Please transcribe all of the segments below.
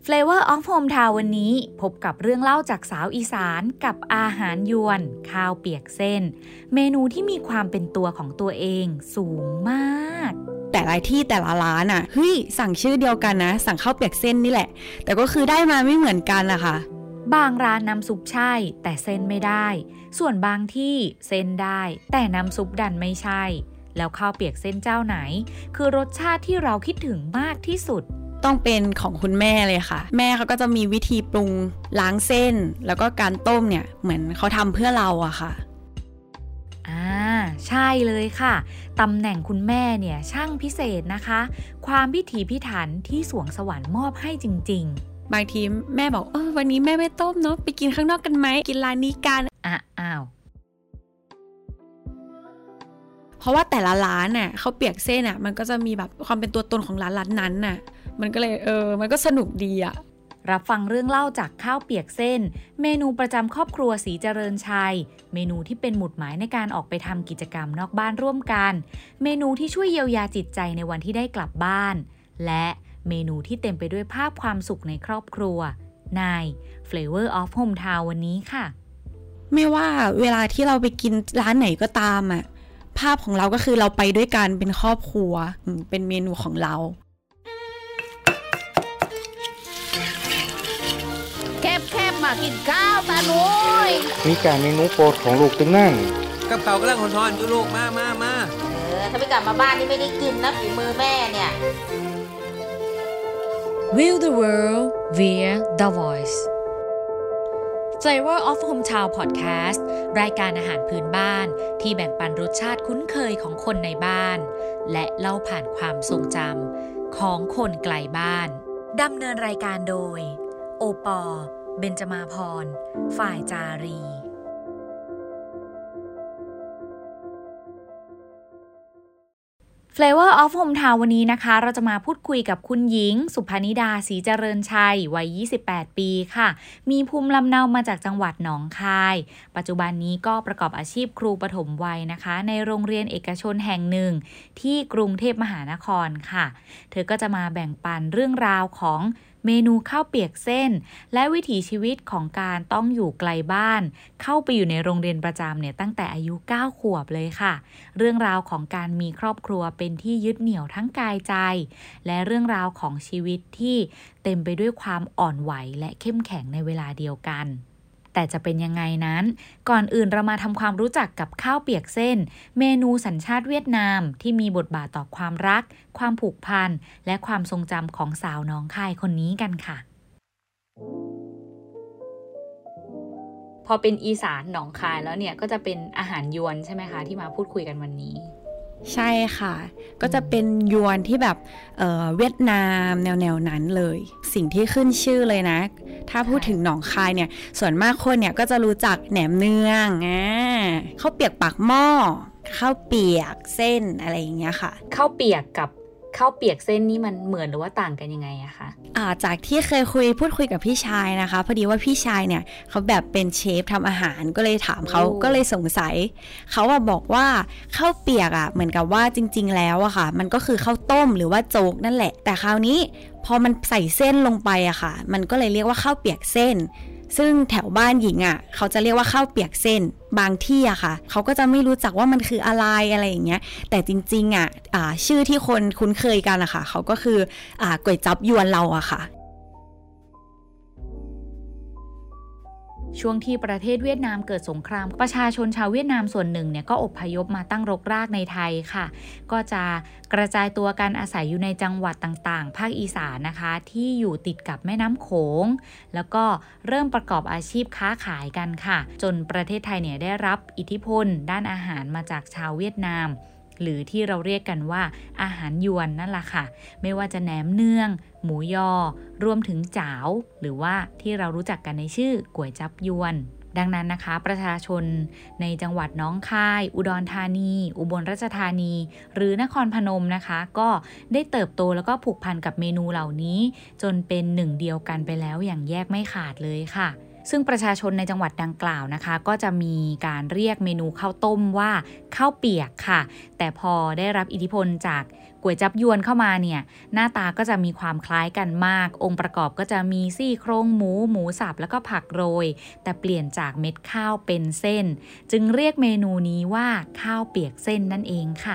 Flavor of Hometown วันนี้พบกับเรื่องเล่าจากสาวอีสานกับอาหารยวนข้าวเปียกเส้นเมนูที่มีความเป็นตัวของตัวเองสูงมากแต่ละที่แต่ละร้านเฮ้ยสั่งชื่อเดียวกันนะสั่งข้าวเปียกเส้นนี่แหละแต่ก็คือได้มาไม่เหมือนกันอะค่ะบางร้านน้ำซุปใช่แต่เส้นไม่ได้ส่วนบางที่เส้นได้แต่น้ำซุปดันไม่ใช่แล้วข้าวเปียกเส้นเจ้าไหนคือรสชาติที่เราคิดถึงมากที่สุดต้องเป็นของคุณแม่เลยค่ะแม่เขาก็จะมีวิธีปรุงล้างเส้นแล้วก็การต้มเนี่ยเหมือนเขาทำเพื่อเราอะค่ะใช่เลยค่ะตำแหน่งคุณแม่เนี่ยช่างพิเศษนะคะความพิถีพิถันที่สวงสวรรค์มอบให้จริงๆบางทีแม่บอกวันนี้แม่ไม่ต้มเนาะไปกินข้างนอกกันไหมกินร้านนี้กันอ้าวเพราะว่าแต่ละร้านน่ะเขาเปียกเส้นมันก็จะมีแบบความเป็นตัวตนของร้านนั้นน่ะมันก็เลยมันก็สนุกดีอะรับฟังเรื่องเล่าจากข้าวเปียกเส้นเมนูประจำครอบครัวศรีเจริญชัยเมนูที่เป็นหมุดหมายในการออกไปทำกิจกรรมนอกบ้านร่วมกันเมนูที่ช่วยเยียวยาจิตใจในวันที่ได้กลับบ้านและเมนูที่เต็มไปด้วยภาพความสุขในครอบครัวใน Flavor of Hometown วันนี้ค่ะไม่ว่าเวลาที่เราไปกินร้านไหนก็ตามภาพของเราก็คือเราไปด้วยกันเป็นครอบครัวเป็นเมนูของเราแคบมากินข้าวตาหนุยมีการเมนูโปรดของลูกตึงนั่นกับเขากำลังทอนอยู่ลูกมาถ้าไม่กลับมาบ้านนี่ไม่ได้กินนะฝีมือแม่เนี่ย View the world via the voice Flavor of Hometown Podcast รายการอาหารพื้นบ้านที่แบ่งปันรสชาติคุ้นเคยของคนในบ้านและเล่าผ่านความทรงจำของคนไกลบ้านดำเนินรายการโดยโอปอล์เบญจมาภรณ์ฝ่ายจารีFlavor of Hometown วันนี้นะคะเราจะมาพูดคุยกับคุณหญิงสุภนิดาศรีเจริญชัยวัย28ปีค่ะมีภูมิลำเนามาจากจังหวัดหนองคายปัจจุบันนี้ก็ประกอบอาชีพครูปฐมวัยนะคะในโรงเรียนเอกชนแห่งหนึ่งที่กรุงเทพมหานครค่ะเธอก็จะมาแบ่งปันเรื่องราวของเมนูข้าวเปียกเส้นและวิถีชีวิตของการต้องอยู่ไกลบ้านเข้าไปอยู่ในโรงเรียนประจำเนี่ยตั้งแต่อายุ9ขวบเลยค่ะเรื่องราวของการมีครอบครัวเป็นที่ยึดเหนี่ยวทั้งกายใจและเรื่องราวของชีวิตที่เต็มไปด้วยความอ่อนไหวและเข้มแข็งในเวลาเดียวกันแต่จะเป็นยังไงนั้นก่อนอื่นเรามาทำความรู้จักกับข้าวเปียกเส้นเมนูสัญชาติเวียดนามที่มีบทบาทต่อความรักความผูกพันและความทรงจำของสาวน้องคายคนนี้กันค่ะพอเป็นอีสานหนองคายแล้วเนี่ยก็จะเป็นอาหารยวนใช่ไหมคะที่มาพูดคุยกันวันนี้ใช่ค่ะก็จะเป็นยวนที่แบบเวียดนามแนวนั้นเลยสิ่งที่ขึ้นชื่อเลยนะถ้าพูดถึงหนองคายเนี่ยส่วนมากคนเนี่ยก็จะรู้จักแหนมเนืองข้าวเปียกปากหม้อข้าวเปียกเส้นอะไรอย่างเงี้ยค่ะข้าวเปียกกับข้าวเปียกเส้นนี่มันเหมือนหรือว่าต่างกันยังไงอะคะจากที่เคยพูดคุยกับพี่ชายนะคะพอดีว่าพี่ชายเนี่ยเขาแบบเป็นเชฟทำอาหารก็เลยถามเขาก็เลยสงสัยเขาบอกว่าข้าวเปียกเหมือนกับว่าจริงๆแล้วค่ะมันก็คือข้าวต้มหรือว่าโจ๊กนั่นแหละแต่คราวนี้พอมันใส่เส้นลงไปค่ะมันก็เลยเรียกว่าข้าวเปียกเส้นซึ่งแถวบ้านหญิงเขาจะเรียกว่าข้าวเปียกเส้นบางที่ค่ะเขาก็จะไม่รู้จักว่ามันคืออะไรอย่างเงี้ยแต่จริงๆชื่อที่คนคุ้นเคยกันค่ะเขาก็คือก๋วยจั๊บยวนเราค่ะช่วงที่ประเทศเวียดนามเกิดสงครามประชาชนชาวเวียดนามส่วนหนึ่งเนี่ยก็อพยพมาตั้งรกรากในไทยค่ะก็จะกระจายตัวกันอาศัยอยู่ในจังหวัดต่างๆภาคอีสานนะคะที่อยู่ติดกับแม่น้ำโขงแล้วก็เริ่มประกอบอาชีพค้าขายกันค่ะจนประเทศไทยเนี่ยได้รับอิทธิพลด้านอาหารมาจากชาวเวียดนามหรือที่เราเรียกกันว่าอาหารยวนนั่นแหละค่ะไม่ว่าจะแหนมเนืองหมูยอรวมถึงจ๋าวหรือว่าที่เรารู้จักกันในชื่อก๋วยจั๊บยวนดังนั้นนะคะประชาชนในจังหวัดน้องคายอุดรธานีอุบลราชธานีหรือนครพนมนะคะก็ได้เติบโตแล้วก็ผูกพันกับเมนูเหล่านี้จนเป็นหนึ่งเดียวกันไปแล้วอย่างแยกไม่ขาดเลยค่ะซึ่งประชาชนในจังหวัดดังกล่าวนะคะก็จะมีการเรียกเมนูข้าวต้มว่าข้าวเปียกค่ะแต่พอได้รับอิทธิพลจากก๋วยจั๊บยวนเข้ามาเนี่ยหน้าตาก็จะมีความคล้ายกันมากองค์ประกอบก็จะมีซี่โครงหมูสับแล้วก็ผักโรยแต่เปลี่ยนจากเม็ดข้าวเป็นเส้นจึงเรียกเมนูนี้ว่าข้าวเปียกเส้นนั่นเองค่ะ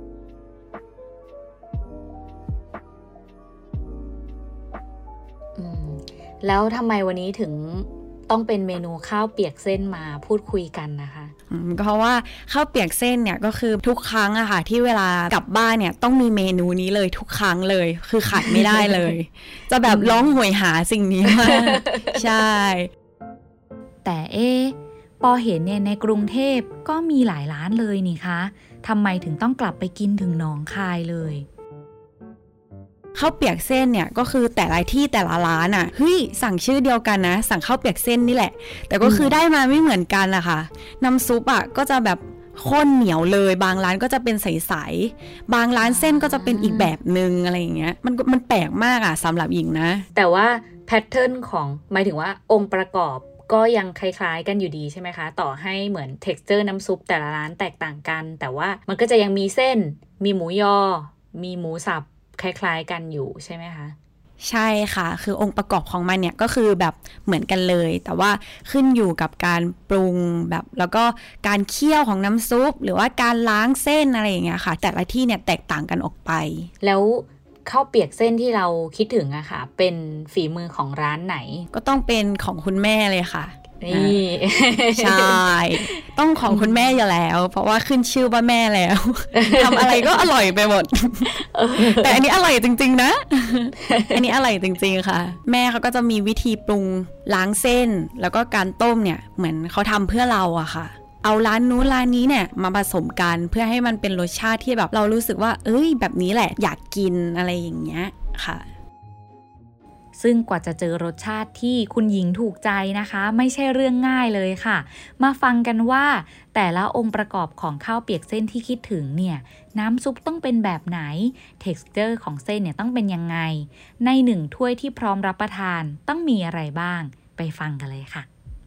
แล้วทำไมวันนี้ถึงต้องเป็นเมนูข้าวเปียกเส้นมาพูดคุยกันนะคะเพราะว่าข้าวเปียกเส้นเนี่ยก็คือทุกครั้งอะค่ะที่เวลากลับบ้านเนี่ยต้องมีเมนูนี้เลยทุกครั้งเลยคือขาดไม่ได้เลย จะแบบร้องโหยหาสิ่งนี้มากใช่แต่ปอเห็นเนี่ยในกรุงเทพก็มีหลายร้านเลยนี่คะทำไมถึงต้องกลับไปกินถึงหนองคายเลยข้าวเปียกเส้นเนี่ยก็คือแต่ละที่แต่ละร้านอ่ะเฮ้ยสั่งชื่อเดียวกันนะสั่งข้าวเปียกเส้นนี่แหละแต่ก็คือได้มาไม่เหมือนกันอะค่ะน้ำซุปอ่ะก็จะแบบข้นเหนียวเลยบางร้านก็จะเป็นใสๆบางร้านเส้นก็จะเป็นอีกแบบนึงอะไรอย่างเงี้ยมันแปลกมากอ่ะสำหรับหญิงนะแต่ว่าแพทเทิร์นของหมายถึงว่าองค์ประกอบก็ยังคล้ายๆกันอยู่ดีใช่ไหมคะต่อให้เหมือน texture น้ำซุปแต่ละร้านแตกต่างกันแต่ว่ามันก็จะยังมีเส้นมีหมูยอมีหมูสับคล้ายๆกันอยู่ใช่ไหมคะใช่ค่ะคือองค์ประกอบของมันเนี่ยก็คือแบบเหมือนกันเลยแต่ว่าขึ้นอยู่กับการปรุงแบบแล้วก็การเคี่ยวของน้ำซุปหรือว่าการล้างเส้นอะไรอย่างเงี้ยค่ะแต่ละที่เนี่ยแตกต่างกันออกไปแล้วข้าวเปียกเส้นที่เราคิดถึงอะค่ะเป็นฝีมือของร้านไหนก็ต้องเป็นของคุณแม่เลยค่ะนี่ใช่ต้องของคุณแม่อยู่แล้วเพราะว่าขึ้นชื่อว่าแม่แล้วทำอะไรก็อร่อยไปหมดแต่อันนี้อร่อยจริงๆนะอันนี้อร่อยจริงๆค่ะแม่เขาก็จะมีวิธีปรุงล้างเส้นแล้วก็การต้มเนี่ยเหมือนเขาทำเพื่อเราอะค่ะเอาร้านนู้นร้านนี้เนี่ยมาผสมกันเพื่อให้มันเป็นรสชาติที่แบบเรารู้สึกว่าเอ้ยแบบนี้แหละอยากกินอะไรอย่างเงี้ยค่ะซึ่งกว่าจะเจอรสชาติที่คุณหญิงถูกใจนะคะไม่ใช่เรื่องง่ายเลยค่ะมาฟังกันว่าแต่ละองค์ประกอบของข้าวเปียกเส้นที่คิดถึงเนี่ยน้ำซุปต้องเป็นแบบไหน texture ของเส้นเนี่ยต้องเป็นยังไงใน1ถ้วยที่พร้อมรับประทานต้องมีอะไรบ้างไปฟังกันเลยค่ะ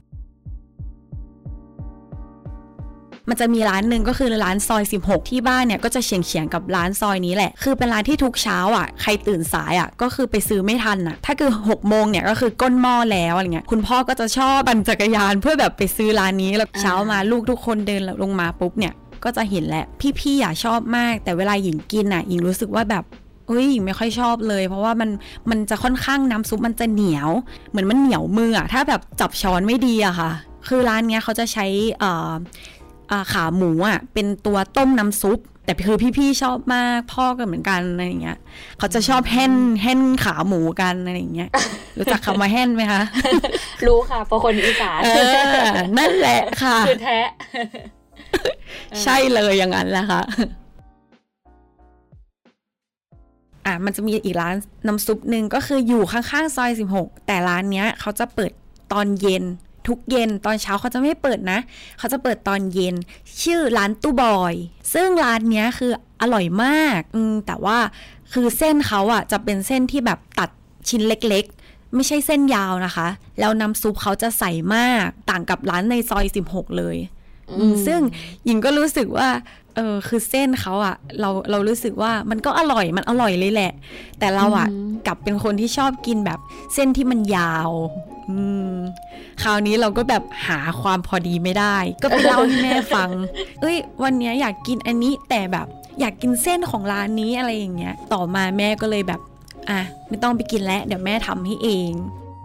มันจะมีร้านหนึ่งก็คือร้านซอย16ที่บ้านเนี่ยก็จะเฉียงกับร้านซอยนี้แหละคือเป็นร้านที่ทุกเช้าอ่ะใครตื่นสายอ่ะก็คือไปซื้อไม่ทันอ่ะถ้าคือ6 โมงเนี่ยก็คือก้นหม้อแล้วอะไรเงี้ยคุณพ่อก็จะชอบปั่นจักรยานเพื่อแบบไปซื้อร้านนี้แล้วเช้ามาลูกทุกคนเดินลงมาปุ๊บเนี่ยก็จะเห็นแหละพี่ๆอยากชอบมากแต่เวลาหญิงกินอ่ะหญิงรู้สึกว่าแบบหญิงไม่ค่อยชอบเลยเพราะว่ามันจะค่อนข้างน้ำซุปมันจะเหนียวเหมือนมันเหนียวมืออ่ะถ้าแบบจับช้อนไม่ดีอะค่ะคือร้านเนี้ยเขาจะใช้ขาหมูอ่ะเป็นตัวต้มน้ำซุปแต่คือพี่ๆชอบมากพ่อก็เหมือนกันอะไรอย่างเงี้ยเขาจะชอบแห่นขาหมูกันอะไรอย่างเงี้ยรู้จักคำว่าแห่นไหมคะรู้ค่ะเพราะคนอีสานนั่นแหละค่ะคือแท้ใช่เลยอย่างนั้นแหละค่ะมันจะมีอีกร้านน้ำซุปนึงก็คืออยู่ข้างๆซอย16แต่ร้านเนี้ยเขาจะเปิดตอนเย็นทุกเย็นตอนเช้าเขาจะไม่เปิดนะเขาจะเปิดตอนเย็นชื่อร้านตู้บอยซึ่งร้านเนี้ยคืออร่อยมากแต่ว่าคือเส้นเขาอ่ะจะเป็นเส้นที่แบบตัดชิ้นเล็กๆไม่ใช่เส้นยาวนะคะแล้วน้ำซุปเขาจะใสมากต่างกับร้านในซอย16เลยซึ่งหญิงก็รู้สึกว่าคือเส้นเขาอ่ะเรารู้สึกว่ามันก็อร่อยมันอร่อยเลยแหละแต่เราอ่ะกลับเป็นคนที่ชอบกินแบบเส้นที่มันยาวคราวนี้เราก็แบบหาความพอดีไม่ได้ก็ไปเล่าให้แม่ฟังวันนี้อยากกินอันนี้แต่แบบอยากกินเส้นของร้านนี้อะไรอย่างเงี้ยต่อมาแม่ก็เลยแบบไม่ต้องไปกินแล้วเดี๋ยวแม่ทำให้เอง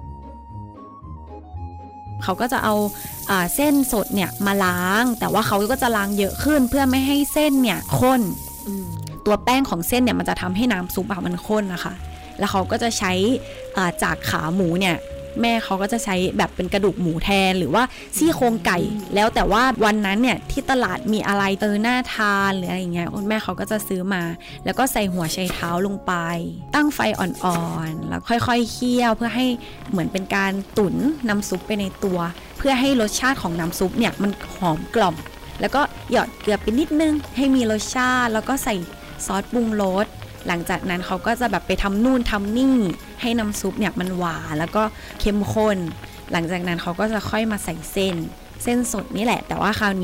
เขาก็จะเอาเส้นสดเนี่ยมาล้างแต่ว่าเขาก็จะล้างเยอะขึ้นเพื่อไม่ให้เส้นเนี่ยข้นตัวแป้งของเส้นเนี่ยมันจะทำให้น้ำซุปมันข้นนะคะแล้วเขาก็จะใช้จากขาหมูเนี่ยแม่เขาก็จะใช้แบบเป็นกระดูกหมูแทนหรือว่าซี่โครงไก่แล้วแต่ว่าวันนั้นเนี่ยที่ตลาดมีอะไรน่าทานหรืออะไรอย่างเงี้ยคุณแม่เขาก็จะซื้อมาแล้วก็ใส่หัวไชเท้าลงไปตั้งไฟอ่อนๆแล้วค่อยๆเคี่ยวเพื่อให้เหมือนเป็นการตุ๋นน้ำซุปไปในตัวเพื่อให้รสชาติของน้ำซุปเนี่ยมันหอมกล่อมแล้วก็หยอดเกลือไปนิดนึงให้มีรสชาติแล้วก็ใส่ซอสปรุงรสหลังจากนั้นเขาก็จะแบบไปทำนู่นทำนี่ให้น้ำซุปเนี่ยมันหวานแล้วก็เข้มข้นหลังจากนั้นเขาก็จะค่อยมาใส่เส้นสดนี่แหละแต่ว่าคราวนี้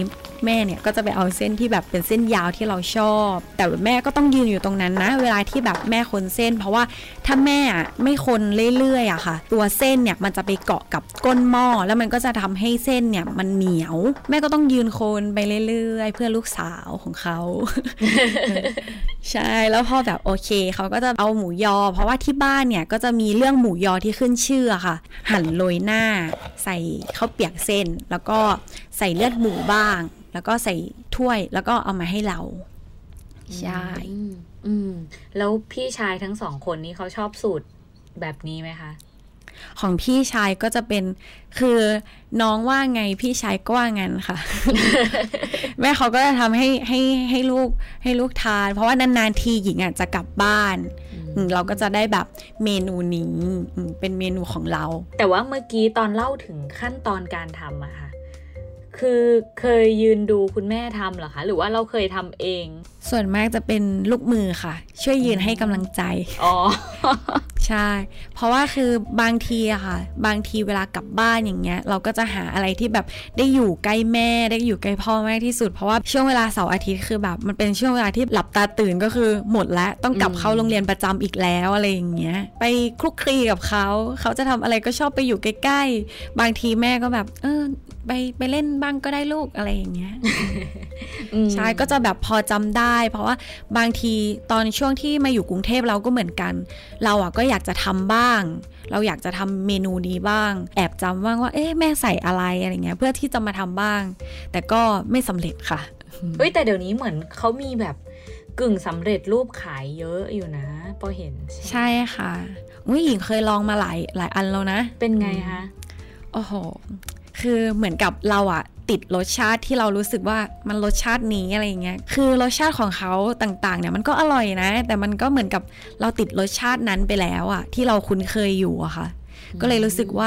แม่เนี่ยก็จะไปเอาเส้นที่แบบเป็นเส้นยาวที่เราชอบแต่แม่ก็ต้องยืนอยู่ตรงนั้นนะเวลาที่แบบแม่คนเส้นเพราะว่าถ้าแม่ไม่คนเรื่อยๆอะค่ะตัวเส้นเนี่ยมันจะไปเกาะกับก้นหม้อแล้วมันก็จะทำให้เส้นเนี่ยมันเหนียวแม่ก็ต้องยืนคนไปเรื่อยๆเพื่อลูกสาวของเขา ใช่แล้วพอแบบโอเคเขาก็จะเอาหมูยอเพราะว่าที่บ้านเนี่ยก็จะมีเรื่องหมูยอที่ขึ้นชื่อค่ะหั่นโรยหน้าใส่ข้าวเปียกเส้นแล้วก็ใส่เลือดหมูบ้างแล้วก็ใส่ถ้วยแล้วก็เอามาให้เราใช่แล้วพี่ชายทั้ง2คนนี้เขาชอบสูตรแบบนี้ไหมคะของพี่ชายก็จะเป็นคือน้องว่าไงพี่ชายก็ว่างั้นค่ะ แม่เขาก็จะทำให้ลูกทานเพราะว่านานๆทีหญิงอ่ะจะกลับบ้านเราก็จะได้แบบเมนูนี้เป็นเมนูของเราแต่ว่าเมื่อกี้ตอนเล่าถึงขั้นตอนการทำอะค่ะคือเคยยืนดูคุณแม่ทำเหรอคะหรือว่าเราเคยทำเองส่วนมากจะเป็นลูกมือค่ะช่วยยืนให้กำลังใจอ๋อใช่เพราะว่าคือบางทีอะค่ะบางทีเวลากลับบ้านอย่างเงี้ยเราก็จะหาอะไรที่แบบได้อยู่ใกล้แม่ได้อยู่ใกล้พ่อมากที่สุดเพราะว่าช่วงเวลาเสาร์อาทิตย์คือแบบมันเป็นช่วงเวลาที่หลับตาตื่นก็คือหมดแล้วต้องกลับเข้าโรงเรียนประจำอีกแล้วอะไรอย่างเงี้ยไปคลุกคลีกับเขาจะทำอะไรก็ชอบไปอยู่ใกล้ๆบางทีแม่ก็แบบไปเล่นบ้างก็ได้ลูกอะไรอย่างเงี้ย ใช่ก็จะแบบพอจำได้เพราะว่าบางทีตอนช่วงที่มาอยู่กรุงเทพเราก็เหมือนกันเราก็อยากจะทำบ้างเราอยากจะทำเมนูนี้บ้างแอบจำบ้างว่าแม่ใส่อะไรเงี้ยเพื่อที่จะมาทำบ้างแต่ก็ไม่สำเร็จค่ะแต่เดี๋ยวนี้เหมือนเขามีแบบกึ่งสำเร็จรูปขายเยอะอยู่นะพอเห็นใช่ค่ะหญิงเคยลองมาหลายอันแล้วนะเป็นไงคะโอ้โหคือเหมือนกับเราติดรสชาติที่เรารู้สึกว่ามันรสชาตินี้อะไรเงี้ยคือรสชาติของเขาต่างๆเนี่ยมันก็อร่อยนะแต่มันก็เหมือนกับเราติดรสชาตินั้นไปแล้วที่เราคุ้นเคยอยู่อะค่ะก็เลยรู้สึกว่า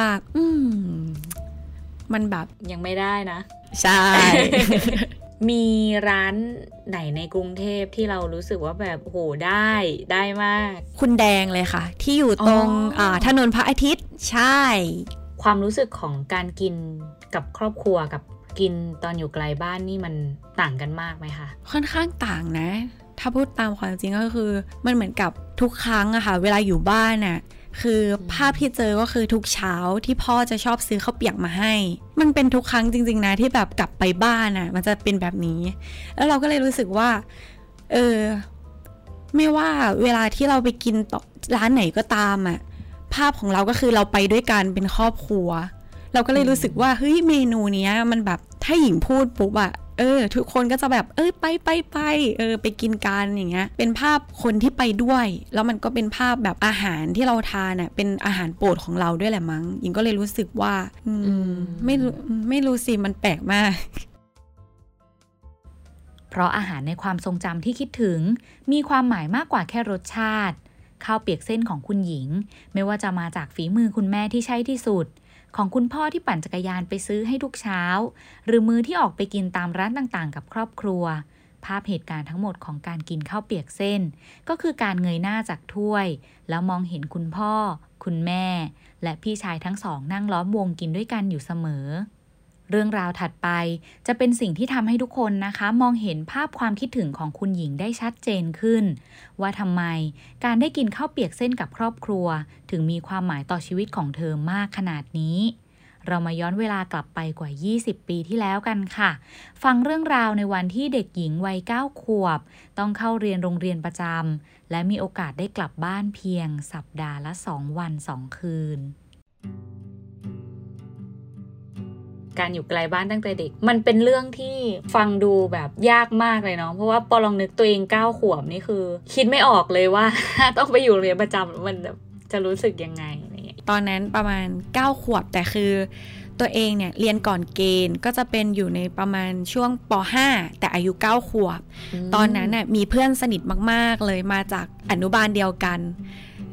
มันแบบยังไม่ได้นะใช่มีร้านไหนในกรุงเทพที่เรารู้สึกว่าแบบโหได้มากคุณแดงเลยค่ะที่อยู่ตรงถนนพระอาทิตย์ใช่ความรู้สึกของการกินกับครอบครัวกับกินตอนอยู่ไกลบ้านนี่มันต่างกันมากไหมคะค่อนข้างต่างนะถ้าพูดตามความจริงก็คือมันเหมือนกับทุกครั้งอะค่ะเวลาอยู่บ้านอะคือภาพที่เจอก็คือทุกเช้าที่พ่อจะชอบซื้อข้าวเปียกมาให้มันเป็นทุกครั้งจริงๆนะที่แบบกลับไปบ้านอะมันจะเป็นแบบนี้แล้วเราก็เลยรู้สึกว่าไม่ว่าเวลาที่เราไปกินร้านไหนก็ตามอะภาพของเราก็คือเราไปด้วยกันเป็นครอบครัวเราก็เลยรู้สึกว่าเฮ้ยเมนูเนี้ยมันแบบถ้าหญิงพูดปุ๊บทุกคนก็จะแบบไปกินกันอย่างเงี้ยเป็นภาพคนที่ไปด้วยแล้วมันก็เป็นภาพแบบอาหารที่เราทานเป็นอาหารโปรดของเราด้วยแหละมั้งหญิงก็เลยรู้สึกว่าไม่รู้สิมันแปลกมากเพราะอาหารในความทรงจำที่คิดถึงมีความหมายมากกว่าแค่รสชาติข้าวเปียกเส้นของคุณหญิงไม่ว่าจะมาจากฝีมือคุณแม่ที่ใช่ที่สุดของคุณพ่อที่ปั่นจักรยานไปซื้อให้ทุกเช้าหรือมื้อที่ออกไปกินตามร้านต่างๆกับครอบครัวภาพเหตุการณ์ทั้งหมดของการกินข้าวเปียกเส้นก็คือการเงยหน้าจากถ้วยแล้วมองเห็นคุณพ่อคุณแม่และพี่ชายทั้งสองนั่งล้อมวงกินด้วยกันอยู่เสมอเรื่องราวถัดไปจะเป็นสิ่งที่ทำให้ทุกคนนะคะมองเห็นภาพความคิดถึงของคุณหญิงได้ชัดเจนขึ้นว่าทำไมการได้กินข้าวเปียกเส้นกับครอบครัวถึงมีความหมายต่อชีวิตของเธอมากขนาดนี้เรามาย้อนเวลากลับไปกว่า20ปีที่แล้วกันค่ะฟังเรื่องราวในวันที่เด็กหญิงวัย9 ขวบต้องเข้าเรียนโรงเรียนประจำและมีโอกาสได้กลับบ้านเพียงสัปดาห์ละ2 วัน 2 คืนการอยู่ไกลบ้านตั้งแต่เด็กมันเป็นเรื่องที่ฟังดูแบบยากมากเลยเนาะเพราะว่าพอลองนึกตัวเอง9 ขวบนี่คือคิดไม่ออกเลยว่า ต้องไปอยู่โรงเรียนประจำมันจะรู้สึกยังไงตอนนั้นประมาณ9 ขวบแต่คือตัวเองเนี่ยเรียนก่อนเกณฑ์ก็จะเป็นอยู่ในประมาณช่วงป.5 แต่อายุ9 ขวบตอนนั้นน่ะมีเพื่อนสนิทมากๆเลยมาจากอนุบาลเดียวกัน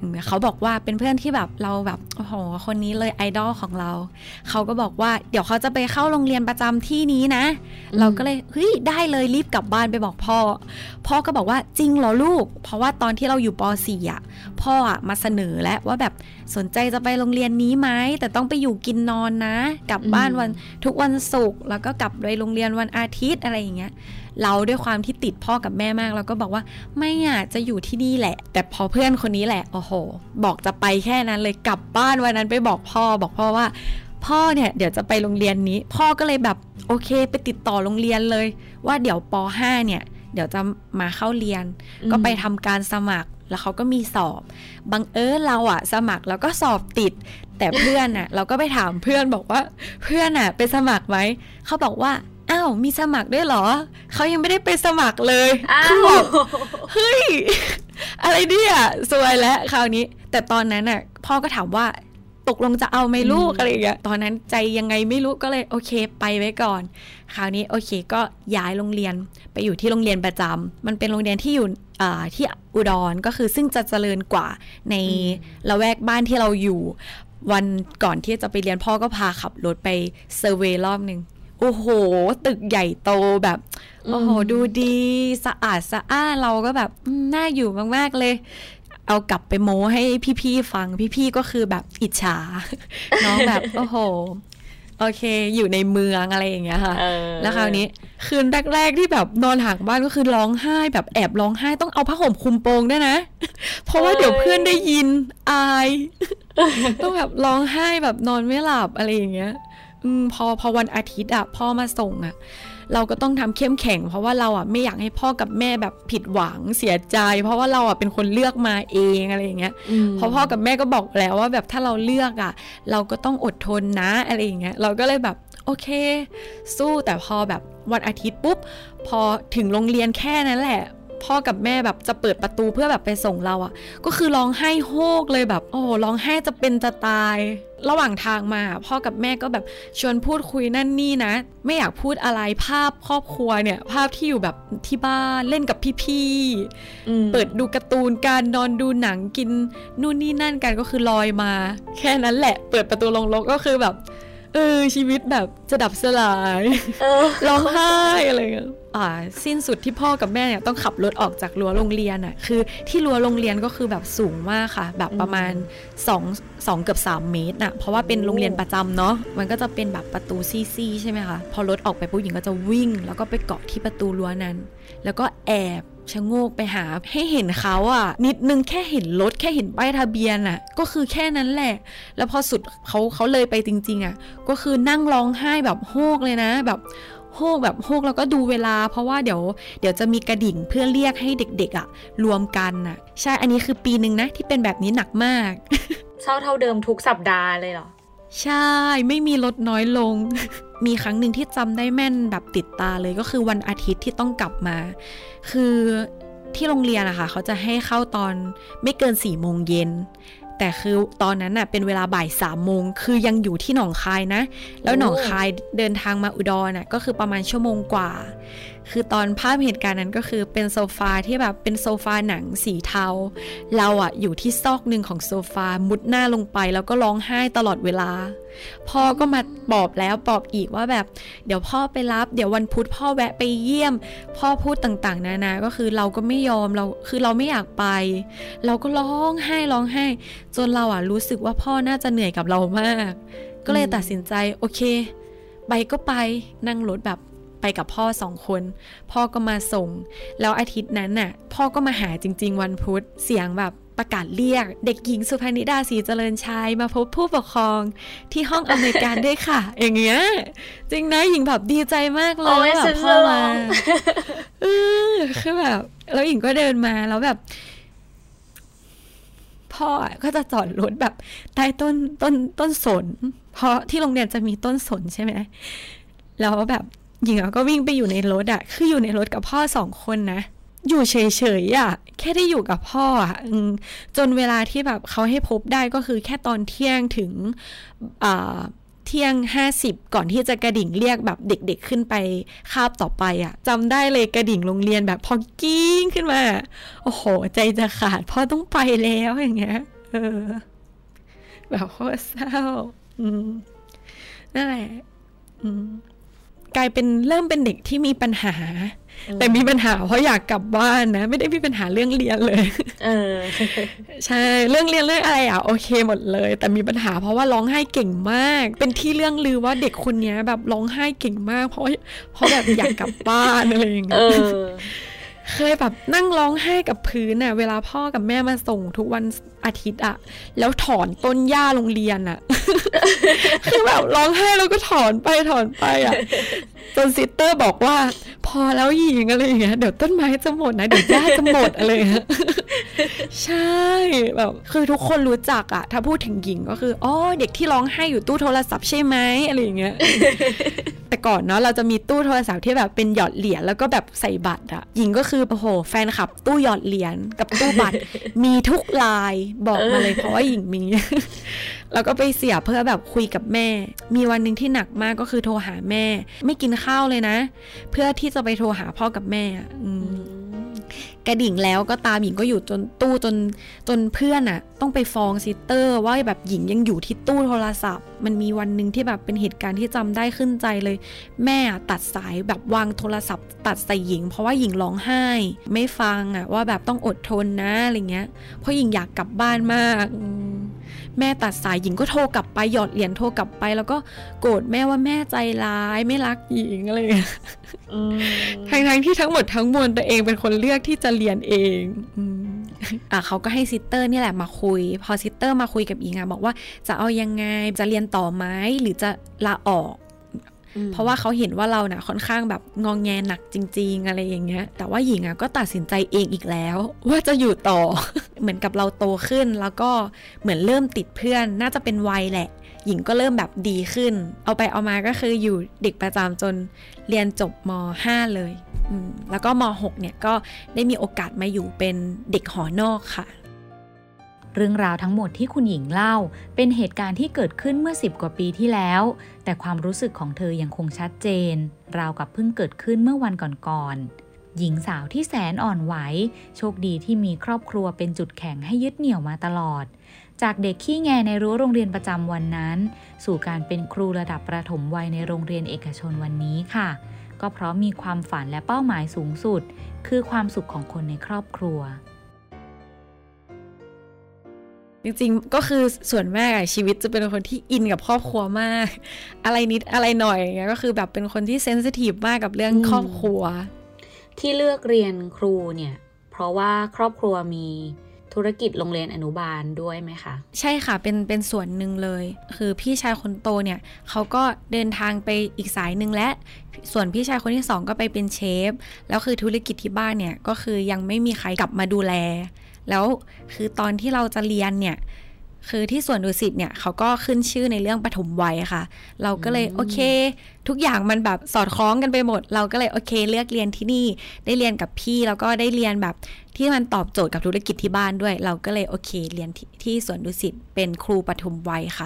เขาบอกว่าเป็นเพื่อนที่แบบเราแบบโอ้โหคนนี้เลยไอดอลของเราเขาก็บอกว่าเดี๋ยวเขาจะไปเข้าโรงเรียนประจำที่นี้นะเราก็เลยเฮ้ยได้เลยรีบกลับบ้านไปบอกพ่อก็บอกว่าจริงเหรอลูกเพราะว่าตอนที่เราอยู่ป .4 อ่ะพ่ออ่ะมาเสนอแล้วว่าแบบสนใจจะไปโรงเรียนนี้ไหมแต่ต้องไปอยู่กินนอนนะกลับบ้านทุกวันศุกร์แล้วก็กลับไปโรงเรียนวันอาทิตย์อะไรอย่างเงี้ยเราด้วยความที่ติดพ่อกับแม่มากเราก็บอกว่าไม่อ่ะจะอยู่ที่นี่แหละแต่พอเพื่อนคนนี้แหละโอ้โหบอกจะไปแค่นั้นเลยกลับบ้านวันนั้นไปบอกพ่อว่าพ่อเนี่ยเดี๋ยวจะไปโรงเรียนนี้พ่อก็เลยแบบโอเคไปติดต่อโรงเรียนเลยว่าเดี๋ยวป .5 เนี่ยเดี๋ยวจะมาเข้าเรียนก็ไปทำการสมัครแล้วเขาก็มีสอบบังเอิญเราอะสมัครแล้วก็สอบติดแต่เพื่อนอะเราก็ไปถามเพื่อนบอกว่าเพื่อนอะไปสมัครไหมเขาบอกว่าอ้าวมีสมัครด้วยเหรอเขายังไม่ได้ไปสมัครเลยคือแบบเฮ้ยอะไรเนี่ยสวยแล้วคราวนี้แต่ตอนนั้นน่ะพ่อก็ถามว่าตกลงจะเอาไหมลูกอะไรอย่างเงี้ยตอนนั้นใจยังไงไม่รู้ก็เลยโอเคไปไว้ก่อนคราวนี้โอเคก็ย้ายโรงเรียนไปอยู่ที่โรงเรียนประจำมันเป็นโรงเรียนที่อยู่ที่อุดรก็คือซึ่งจะเจริญกว่าในละแวกบ้านที่เราอยู่วันก่อนที่จะไปเรียนพ่อก็พาขับรถไปเซอร์เวย์รอบนึงโอ้โหตึกใหญ่โตแบบโอ้โหดูดีสะอาดสะอ้านเราก็แบบน่าอยู่มากๆเลยเอากลับไปโม้ให้พี่ๆฟังพี่ๆก็คือแบบอิจฉา น้องแบบโอ้โหโอเคอยู่ในเมืองอะไรอย่างเงี้ยค่ะแล้วคราวนี้คืนแรกๆที่แบบนอนห่างบ้านก็คือร้องไห้แบบแอบร้องไห้ต้องเอาผ้าห่มคลุมโปงด้วยนะเพราะว่าเดี๋ยวเพื่อนได้ยินอายต้องแบบร้องไห้แบบนอนไม่หลับอะไรอย่างเงี้ยพอวันอาทิตย์อะพ่อมาส่งอะเราก็ต้องทำเข้มแข็งเพราะว่าเราอะไม่อยากให้พ่อกับแม่แบบผิดหวังเสียใจเพราะว่าเราอะเป็นคนเลือกมาเองอะไรอย่างเงี้ยเพราะพ่อกับแม่ก็บอกแล้วว่าแบบถ้าเราเลือกอะเราก็ต้องอดทนนะอะไรอย่างเงี้ยเราก็เลยแบบโอเคสู้แต่พอแบบวันอาทิตย์ปุ๊บพอถึงโรงเรียนแค่นั้นแหละพ่อกับแม่แบบจะเปิดประตูเพื่อแบบไปส่งเราอ่ะก็คือร้องไห้โฮกเลยแบบโอ้ร้องไห้จะเป็นจะตายระหว่างทางมาพ่อกับแม่ก็แบบชวนพูดคุยนั่นนี่นะไม่อยากพูดอะไรภาพครอบครัวเนี่ยภาพที่อยู่แบบที่บ้านเล่นกับพี่ๆเปิดดูการ์ตูนการนอนดูหนังกินนู่นนี่นั่นกันก็คือลอยมาแค่นั้นแหละเปิดประตูลงรถก็คือแบบชีวิตแบบจะดับสลายร้องไห้อะไรเงี้ยสิ้นสุดที่พ่อกับแม่เนี่ยต้องขับรถออกจากรั้วโรงเรียนอ่ะคือที่รั้วโรงเรียนก็คือแบบสูงมากค่ะแบบประมาณ2เกือบ3เมตรน่ะเพราะว่าเป็นโรงเรียนประจำเนาะมันก็จะเป็นแบบประตูซี่ๆใช่ไหมคะพอรถออกไปผู้หญิงก็จะวิ่งแล้วก็ไปเกาะที่ประตูรั้วนั้นแล้วก็แอบชะโงกไปหาให้เห็นเขาอ่ะนิดนึงแค่เห็นรถแค่เห็นป้ายทะเบียนอ่ะก็คือแค่นั้นแหละแล้วพอสุดเขาเลยไปจริงๆอ่ะก็คือนั่งร้องไห้แบบโฮกเลยนะแบบโฮกแล้วก็ดูเวลาเพราะว่าเดี๋ยวจะมีกระดิ่งเพื่อเรียกให้เด็กๆอ่ะรวมกันอ่ะใช่อันนี้คือปีนึงนะที่เป็นแบบนี้หนักมากเท่าเดิมทุกสัปดาห์เลยเหรอใช่ไม่มีลดน้อยลง มีครั้งหนึ่งที่จำได้แม่นแบบติดตาเลยก็คือวันอาทิตย์ที่ต้องกลับมาคือที่โรงเรียนอะค่ะเขาจะให้เข้าตอนไม่เกิน4 โมงเย็นแต่คือตอนนั้นน่ะเป็นเวลาบ่าย3 โมงคือยังอยู่ที่หนองคายนะแล้วหนองคายเดินทางมาอุดรน่ะก็คือประมาณ1 ชั่วโมงกว่าคือตอนภาพเหตุการณ์นั้นก็คือเป็นโซฟาที่แบบเป็นโซฟาหนังสีเทาเราอะอยู่ที่ซอกนึงของโซฟามุดหน้าลงไปแล้วก็ร้องไห้ตลอดเวลาพ่อก็มาปลอบแล้วปลอบอีกว่าแบบเดี๋ยวพ่อไปรับเดี๋ยววันพุธพ่อแวะไปเยี่ยมพ่อพูดต่างๆนานาก็คือเราก็ไม่ยอมเราไม่อยากไปเราก็ร้องไห้จนเราอะรู้สึกว่าพ่อน่าจะเหนื่อยกับเรามากก็เลยตัดสินใจโอเคไปก็ไปนั่งรถแบบไปกับพ่อ2 คนพ่อก็มาส่งแล้วอาทิตย์นั้นน่ะพ่อก็มาหาจริงๆวันพุธเสียงแบบประกาศเรียกเด็กหญิงสุพนิดาศรีเจริญชัยมาพบผู้ปกครองที่ห้องอำนวยการด้วยค่ะอย่างเงี้ยจริงนะหญิงแบบดีใจมากเลยแบบพ่อมาคือแบบแล้วหญิงก็เดินมาแล้วแบบพ่อก็จะจอดรถแบบใต้ต้นสนเพราะที่โรงเรียนจะมีต้นสนใช่ไหมแล้วแบบหญิงก็วิ่งไปอยู่ในรถอ่ะคืออยู่ในรถกับพ่อ2 คนนะอยู่เฉยๆอ่ะแค่ได้อยู่กับพ่ออ่ะจนเวลาที่แบบเขาให้พบได้ก็คือแค่ตอนเที่ยงถึงเที่ยง50ก่อนที่จะกระดิ่งเรียกแบบเด็กๆขึ้นไปคาบต่อไปอ่ะจำได้เลยกระดิ่งโรงเรียนแบบพอกิ้งขึ้นมาโอ้โหใจจะขาดพ่อต้องไปแล้วอย่างเงี้ยแบบโคตรเศร้านั่นแหละกลายเป็นเริ่มเป็นเด็กที่มีปัญหาแต่มีปัญหาเพราะอยากกลับบ้านนะไม่ได้มีปัญหาเรื่องเรียนเลยใช่เรื่องเรียนเรื่องอะไรโอเคหมดเลยแต่มีปัญหาเพราะว่าร้องไห้เก่งมากเป็นที่เรื่องลือว่าเด็กคนนี้แบบร้องไห้เก่งมากเพราะแบบอยากกลับบ้านอะไรอย่างเงี้ยเคยแบบนั่งร้องไห้กับพื้นเวลาพ่อกับแม่มาส่งทุกวันอาทิตย์แล้วถอนต้นหญ้าโรงเรียนคือแบบร้องไห้แล้วก็ถอนไปจนซิสเตอร์บอกว่าพอแล้วหญิงอะไรอย่างเงี้ยเดี๋ยวต้นไม้จะหมดนะเดี๋ยวหญ้าจะหมดอะไรอย่างเงี้ยใช่แบบคือทุกคนรู้จักถ้าพูดถึงหญิงก็คือเด็กที่ร้องไห้อยู่ตู้โทรศัพท์ใช่ไหมอะไรอย่างเงี้ยแต่ก่อนเนาะเราจะมีตู้โทรศัพท์ที่แบบเป็นหยอดเหรียญแล้วก็แบบใส่บัตรหญิงก็คือโอ้โหแฟนคลับตู้หยอดเหรียญกับตู้บัตรมีทุกลายบอกมาเลยเพราะว่าหญิงมีแล้วก็ไปเสียเพื่อแบบคุยกับแม่มีวันนึงที่หนักมากก็คือโทรหาแม่ไม่กินข้าวเลยนะเพื่อที่จะไปโทรหาพ่อกับแม่กระดิ่งแล้วก็ตามหญิงก็อยู่จนเพื่อนต้องไปฟ้องซิสเตอร์ว่าแบบหญิงยังอยู่ที่ตู้โทรศัพท์มันมีวันนึงที่แบบเป็นเหตุการณ์ที่จำได้ขึ้นใจเลยแม่ตัดสายแบบวางโทรศัพท์ตัดใส่หญิงเพราะว่าหญิงร้องไห้ไม่ฟังว่าแบบต้องอดทนนะอะไรเงี้ยเพราะหญิงอยากกลับบ้านมากแม่ตัดสายหญิงก็โทรกลับไปหยอดเหรียญโทรกลับไปแล้วก็โกรธแม่ว่าแม่ใจร้ายไม่รักหญิงอะไรอย่างเงี้ยทั้งที่ทั้งหมดทั้งมวลตัวเองเป็นคนเลือกที่จะเรียนเองเขาก็ให้ซิสเตอร์นี่แหละมาคุยพอซิสเตอร์มาคุยกับหญิงบอกว่าจะเอายังไงจะเรียนต่อไหมหรือจะลาออกเพราะว่าเขาเห็นว่าเราค่อนข้างแบบงองแงหนักจริงๆอะไรอย่างเงี้ยแต่ว่าหญิงก็ตัดสินใจเองอีกแล้วว่าจะอยู่ต่อ เหมือนกับเราโตขึ้นแล้วก็เหมือนเริ่มติดเพื่อนน่าจะเป็นวัยแหละหญิงก็เริ่มแบบดีขึ้นเอาไปเอามาก็คืออยู่เด็กประจำจนเรียนจบม.5 เลยแล้วก็ม.6 เนี่ยก็ได้มีโอกาสมาอยู่เป็นเด็กหอนอกค่ะเรื่องราวทั้งหมดที่คุณหญิงเล่าเป็นเหตุการณ์ที่เกิดขึ้นเมื่อ10 กว่าปีที่แล้วแต่ความรู้สึกของเธอยังคงชัดเจนราวกับเพิ่งเกิดขึ้นเมื่อวันก่อนๆหญิงสาวที่แสนอ่อนไหวโชคดีที่มีครอบครัวเป็นจุดแข็งให้ยึดเหนี่ยวมาตลอดจากเด็กขี้แงในรั้วโรงเรียนประจำวันนั้นสู่การเป็นครูระดับประถมวัยในโรงเรียนเอกชนวันนี้ค่ะก็เพราะมีความฝันและเป้าหมายสูงสุดคือความสุขของคนในครอบครัวจริงๆก็คือส่วนมากชีวิตจะเป็นคนที่อินกับครอบครัวมากอะไรนิดอะไรหน่อยอย่างเงี้ยก็คือแบบเป็นคนที่เซนซิทีฟมากกับเรื่องครอบครัวที่เลือกเรียนครูเนี่ยเพราะว่าครอบครัวมีธุรกิจโรงเรียนอนุบาลด้วยไหมคะใช่ค่ะเป็นส่วนหนึ่งเลยคือพี่ชายคนโตเนี่ยเขาก็เดินทางไปอีกสายนึงและส่วนพี่ชายคนที่2ก็ไปเป็นเชฟแล้วคือธุรกิจที่บ้านเนี่ยก็คือยังไม่มีใครกลับมาดูแลแล้วคือตอนที่เราจะเรียนเนี่ยคือที่สวนดุสิตเนี่ยเขาก็ขึ้นชื่อในเรื่องปฐมวัยค่ะเราก็เลยโอเคทุกอย่างมันแบบสอดคล้องกันไปหมดเราก็เลยโอเคเลือกเรียนที่นี่ได้เรียนกับพี่แล้วก็ได้เรียนแบบที่มันตอบโจทย์กับธุรกิจที่บ้านด้วยเราก็เลยโอเคเรียนที่สวนดุสิตเป็นครูปฐมวัยค่ะ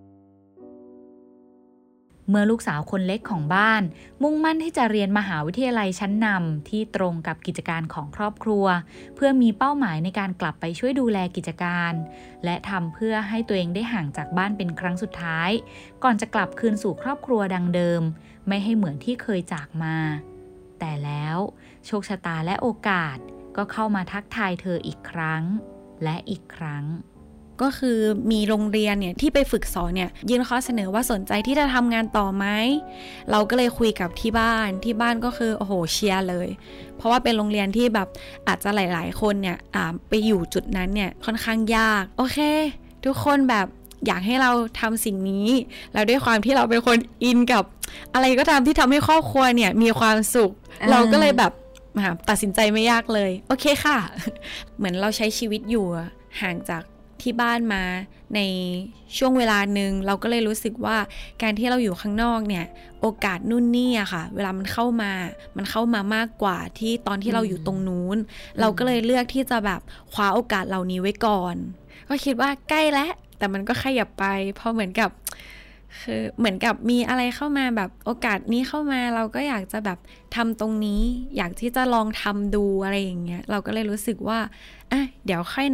เมื่อลูกสาวคนเล็กของบ้านมุ่งมั่นที่จะเรียนมหาวิทยาลัยชั้นนำที่ตรงกับกิจการของครอบครัวเพื่อมีเป้าหมายในการกลับไปช่วยดูแลกิจการและทำเพื่อให้ตัวเองได้ห่างจากบ้านเป็นครั้งสุดท้ายก่อนจะกลับคืนสู่ครอบครัวดังเดิมไม่ให้เหมือนที่เคยจากมาแต่แล้วโชคชะตาและโอกาสก็เข้ามาทักทายเธออีกครั้งและอีกครั้งก็คือมีโรงเรียนเนี่ยที่ไปฝึกสอนเนี่ยยื่นข้อเสนอว่าสนใจที่จะทำงานต่อไหมเราก็เลยคุยกับที่บ้านก็คือโอ้โหเชียร์เลยเพราะว่าเป็นโรงเรียนที่แบบอาจจะหลายๆคนเนี่ยไปอยู่จุดนั้นเนี่ยค่อนข้างยากโอเคทุกคนแบบอยากให้เราทำสิ่งนี้แล้วด้วยความที่เราเป็นคนอินกับอะไรก็ตามที่ทำให้ครอบครัวเนี่ยมีความสุขเราก็เลยแบบตัดสินใจไม่ยากเลยโอเคค่ะเหมือนเราใช้ชีวิตอยู่ห่างจากที่บ้านมาในช่วงเวลาหนึ่งเราก็เลยรู้สึกว่าการที่เราอยู่ข้างนอกเนี่ยโอกาสนู่นนี่อะค่ะเวลามันเข้ามามากกว่าที่ตอนที่เราอยู่ตรงนู้นเราก็เลยเลือกที่จะแบบคว้าโอกาสเหล่านี้ไว้ก่อนก็คิดว่าใกล้แล้วแต่มันก็ขยับไปเพราะเหมือนกับมีอะไรเข้ามาแบบโอกาสนี้เข้ามาเราก็อยากจะแบบทำตรงนี้อยากที่จะลองทำดูอะไรอย่างเงี้ยเราก็เลยรู้สึกว่าเดี๋ยวค่อยนะ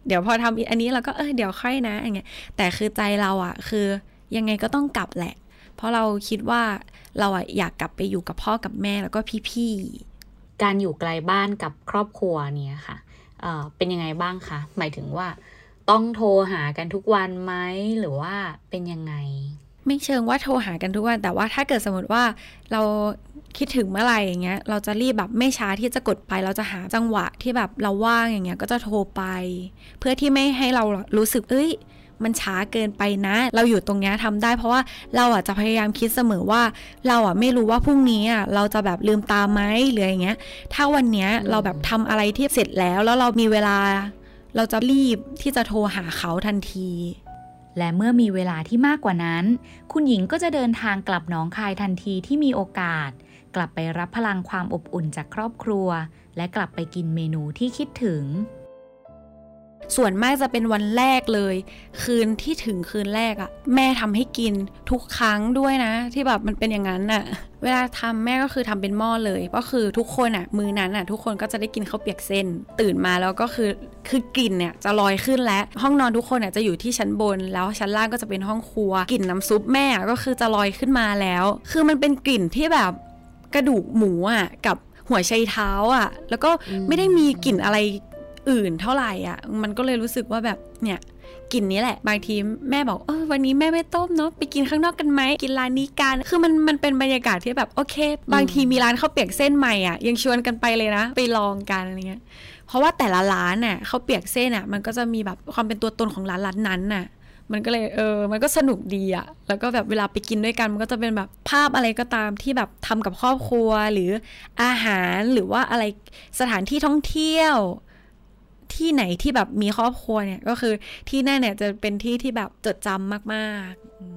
เดี๋ยวพอทำอันนี้เราก็เดี๋ยวค่อยนะอย่างเงี้ยแต่คือใจเราอ่ะคือยังไงก็ต้องกลับแหละเพราะเราคิดว่าเราอ่ะอยากกลับไปอยู่กับพ่อกับแม่แล้วก็พี่ๆการอยู่ไกลบ้านกับครอบครัวเนี่ยค่ะเป็นยังไงบ้างคะหมายถึงว่าต้องโทรหากันทุกวันไหมหรือว่าเป็นยังไงไม่เชิงว่าโทรหากันทุกวันแต่ว่าถ้าเกิดสมมติว่าเราคิดถึงเมื่อไหร่อย่างเงี้ยเราจะรีบแบบไม่ช้าที่จะกดไปเราจะหาจังหวะที่แบบเราว่างอย่างเงี้ยก็จะโทรไปเพื่อที่ไม่ให้เรารู้สึกมันช้าเกินไปนะเราอยู่ตรงนี้ทำได้เพราะว่าเราอ่ะจะพยายามคิดเสมอว่าเราอ่ะไม่รู้ว่าพรุ่งนี้อ่ะเราจะแบบลืมตาไหมหรืออย่างเงี้ยถ้าวันเนี้ยเราแบบทำอะไรที่เสร็จแล้วเรามีเวลาเราจะรีบที่จะโทรหาเขาทันทีและเมื่อมีเวลาที่มากกว่านั้นคุณหญิงก็จะเดินทางกลับหนองคายทันทีที่มีโอกาสกลับไปรับพลังความอบอุ่นจากครอบครัวและกลับไปกินเมนูที่คิดถึงส่วนมากจะเป็นวันแรกเลยคืนที่ถึงคืนแรกอ่ะแม่ทำให้กินทุกครั้งด้วยนะที่แบบมันเป็นอย่างนั้นน่ะเวลาทำแม่ก็คือทำเป็นหม้อเลยก็คือทุกคนอ่ะมื้อนั้นอ่ะทุกคนก็จะได้กินข้าวเปียกเส้นตื่นมาแล้วก็คือกลิ่นเนี่ยจะลอยขึ้นและห้องนอนทุกคนเนี่ยจะอยู่ที่ชั้นบนแล้วชั้นล่างก็จะเป็นห้องครัวกลิ่นน้ำซุปแม่ก็คือจะลอยขึ้นมาแล้วคือมันเป็นกลิ่นที่แบบกระดูกหมูอ่ะกับหัวไชเท้าอ่ะแล้วก็ไม่ได้มีกลิ่นอะไรอื่นเท่าไหร่อ่ะมันก็เลยรู้สึกว่าแบบเนี่ยกินนี้แหละบางทีแม่บอกวันนี้แม่ไม่ต้มเนาะไปกินข้างนอกกันไหมกินร้านนี้กันคือมันเป็นบรรยากาศที่แบบโอเคบางทีมีร้านข้าวเปียกเส้นใหม่อ่ะยังชวนกันไปเลยนะไปลองกันอะไรเงี้ยเพราะว่าแต่ละร้านน่ะข้าวเปียกเส้นอ่ะมันก็จะมีแบบความเป็นตัวตนของร้านนั้นน่ะมันก็เลยมันก็สนุกดีอ่ะแล้วก็แบบเวลาไปกินด้วยกันมันก็จะเป็นแบบภาพอะไรก็ตามที่แบบทำกับครอบครัวหรืออาหารหรือว่าอะไรสถานที่ท่องเที่ยวที่ไหนที่แบบมีครอบครัวเนี่ยก็คือที่นั่นเนี่ยจะเป็นที่ที่แบบจดจำมาก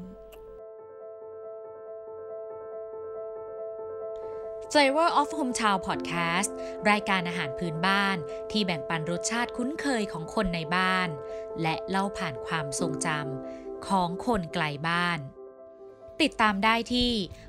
ๆ Flavor of Hometown Podcast รายการอาหารพื้นบ้านที่แบ่งปันรสชาติคุ้นเคยของคนในบ้านและเล่าผ่านความทรงจำของคนไกลบ้านติดตามได้ที่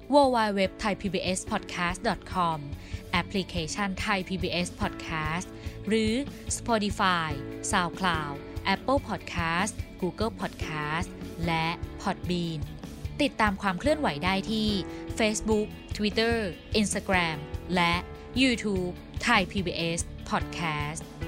www.thaipbspodcast.com แอปพลิเคชัน Thai PBS Podcast หรือ Spotify, SoundCloud, Apple Podcast, Google Podcast และ Podbean ติดตามความเคลื่อนไหวได้ที่ Facebook, Twitter, Instagram และ YouTube Thai PBS Podcast